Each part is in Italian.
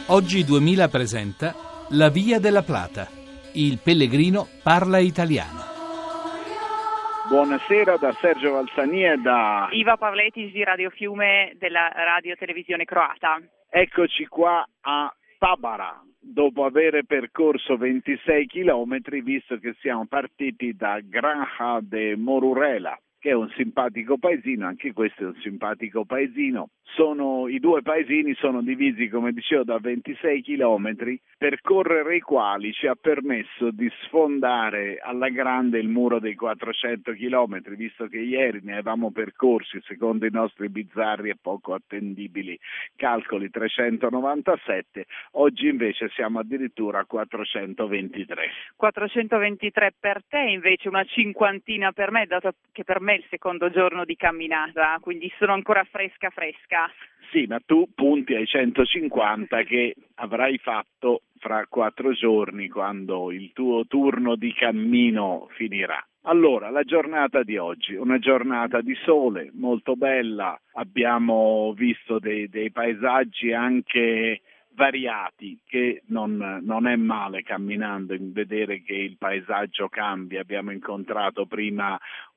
Oggi 2000 presenta La Via della Plata. Il pellegrino parla italiano. Buonasera da Sergio Valsani e da Iva Pavletis di Radio Fiume della Radio Televisione Croata. Eccoci qua a Tabara, dopo aver percorso 26 chilometri, visto che siamo partiti da Granja de Morurela, che è un simpatico paesino. Anche questo è un simpatico paesino. I due paesini sono divisi, come dicevo, da 26 chilometri, percorrere i quali ci ha permesso di sfondare alla grande il muro dei 400 chilometri, visto che ieri ne avevamo percorsi, secondo i nostri bizzarri e poco attendibili calcoli, 397, oggi invece siamo addirittura a 423. 423 per te, invece una cinquantina per me, dato che per me è il secondo giorno di camminata, quindi sono ancora fresca. Sì, ma tu punti ai 150 che avrai fatto fra 4 giorni, quando il tuo turno di cammino finirà. Allora, la giornata di oggi, una giornata di sole molto bella, abbiamo visto dei paesaggi anche variati, che non è male camminando in vedere che il paesaggio cambia. Abbiamo incontrato prima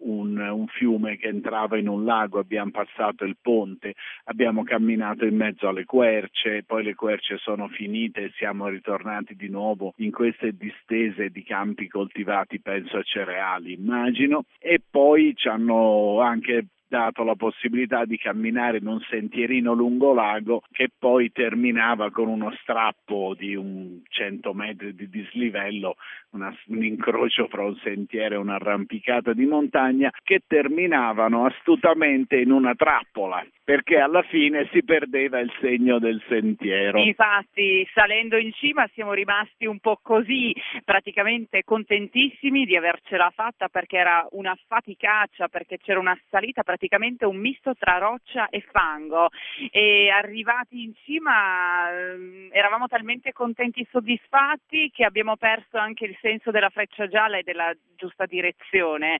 un fiume che entrava in un lago, abbiamo passato il ponte, abbiamo camminato in mezzo alle querce, poi le querce sono finite e siamo ritornati di nuovo in queste distese di campi coltivati, penso a cereali, immagino, e poi ci hanno anche dato la possibilità di camminare in un sentierino lungo lago che poi terminava con uno strappo di 100 metri di dislivello, un incrocio fra un sentiero e un'arrampicata di montagna, che terminavano astutamente in una trappola, perché alla fine si perdeva il segno del sentiero. Infatti, salendo in cima siamo rimasti un po' così, praticamente contentissimi di avercela fatta, perché era una faticaccia, perché c'era una salita praticamente un misto tra roccia e fango, e arrivati in cima eravamo talmente contenti e soddisfatti che abbiamo perso anche il senso della freccia gialla e della giusta direzione,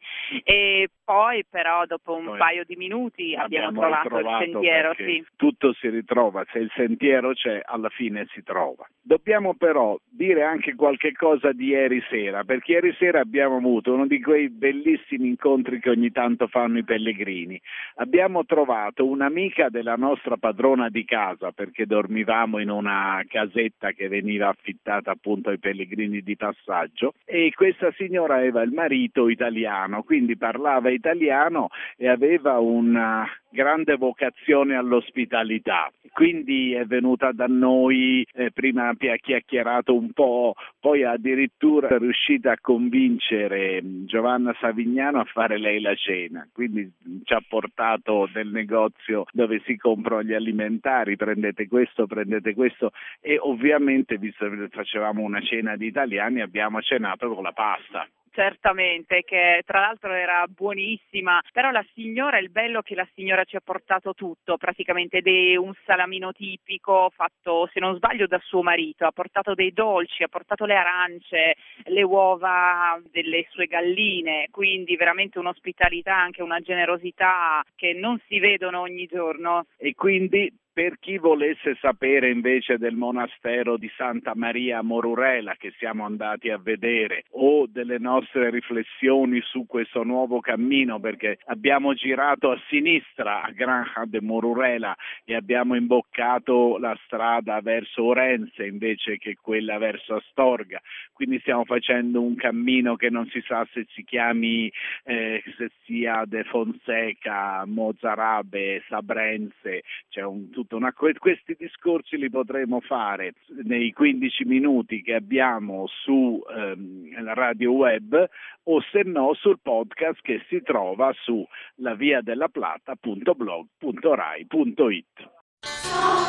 e poi però dopo un paio di minuti abbiamo trovato il sentiero. Sì. Tutto si ritrova, se il sentiero c'è alla fine si trova. Dobbiamo però dire anche qualche cosa di ieri sera, perché ieri sera abbiamo avuto uno di quei bellissimi incontri che ogni tanto fanno i pellegrini. Abbiamo trovato un'amica della nostra padrona di casa, perché dormivamo in una casetta che veniva affittata appunto ai pellegrini di passaggio, e questa signora aveva il marito italiano, quindi parlava italiano e aveva una grande vocazione all'ospitalità, quindi è venuta da noi, prima ha chiacchierato un po', poi addirittura è riuscita a convincere Giovanna Savignano a fare lei la cena, quindi ci ha portato nel negozio dove si comprano gli alimentari, prendete questo, e ovviamente, visto che facevamo una cena di italiani, abbiamo cenato con la pasta. Certamente, che tra l'altro era buonissima, però il bello è che la signora ci ha portato tutto, praticamente un salamino tipico fatto, se non sbaglio, da suo marito, ha portato dei dolci, ha portato le arance, le uova delle sue galline, quindi veramente un'ospitalità, anche una generosità che non si vedono ogni giorno. E quindi, per chi volesse sapere invece del monastero di Santa Maria Morurela che siamo andati a vedere, o delle nostre riflessioni su questo nuovo cammino, perché abbiamo girato a sinistra a Granja de Morurela e abbiamo imboccato la strada verso Orense invece che quella verso Astorga, quindi stiamo facendo un cammino che non si sa se si chiami se sia De Fonseca, Mozarabe, Sabrense, c'è questi discorsi li potremo fare nei 15 minuti che abbiamo su radio web, o se no sul podcast che si trova su laviadelaplata.blog.rai.it.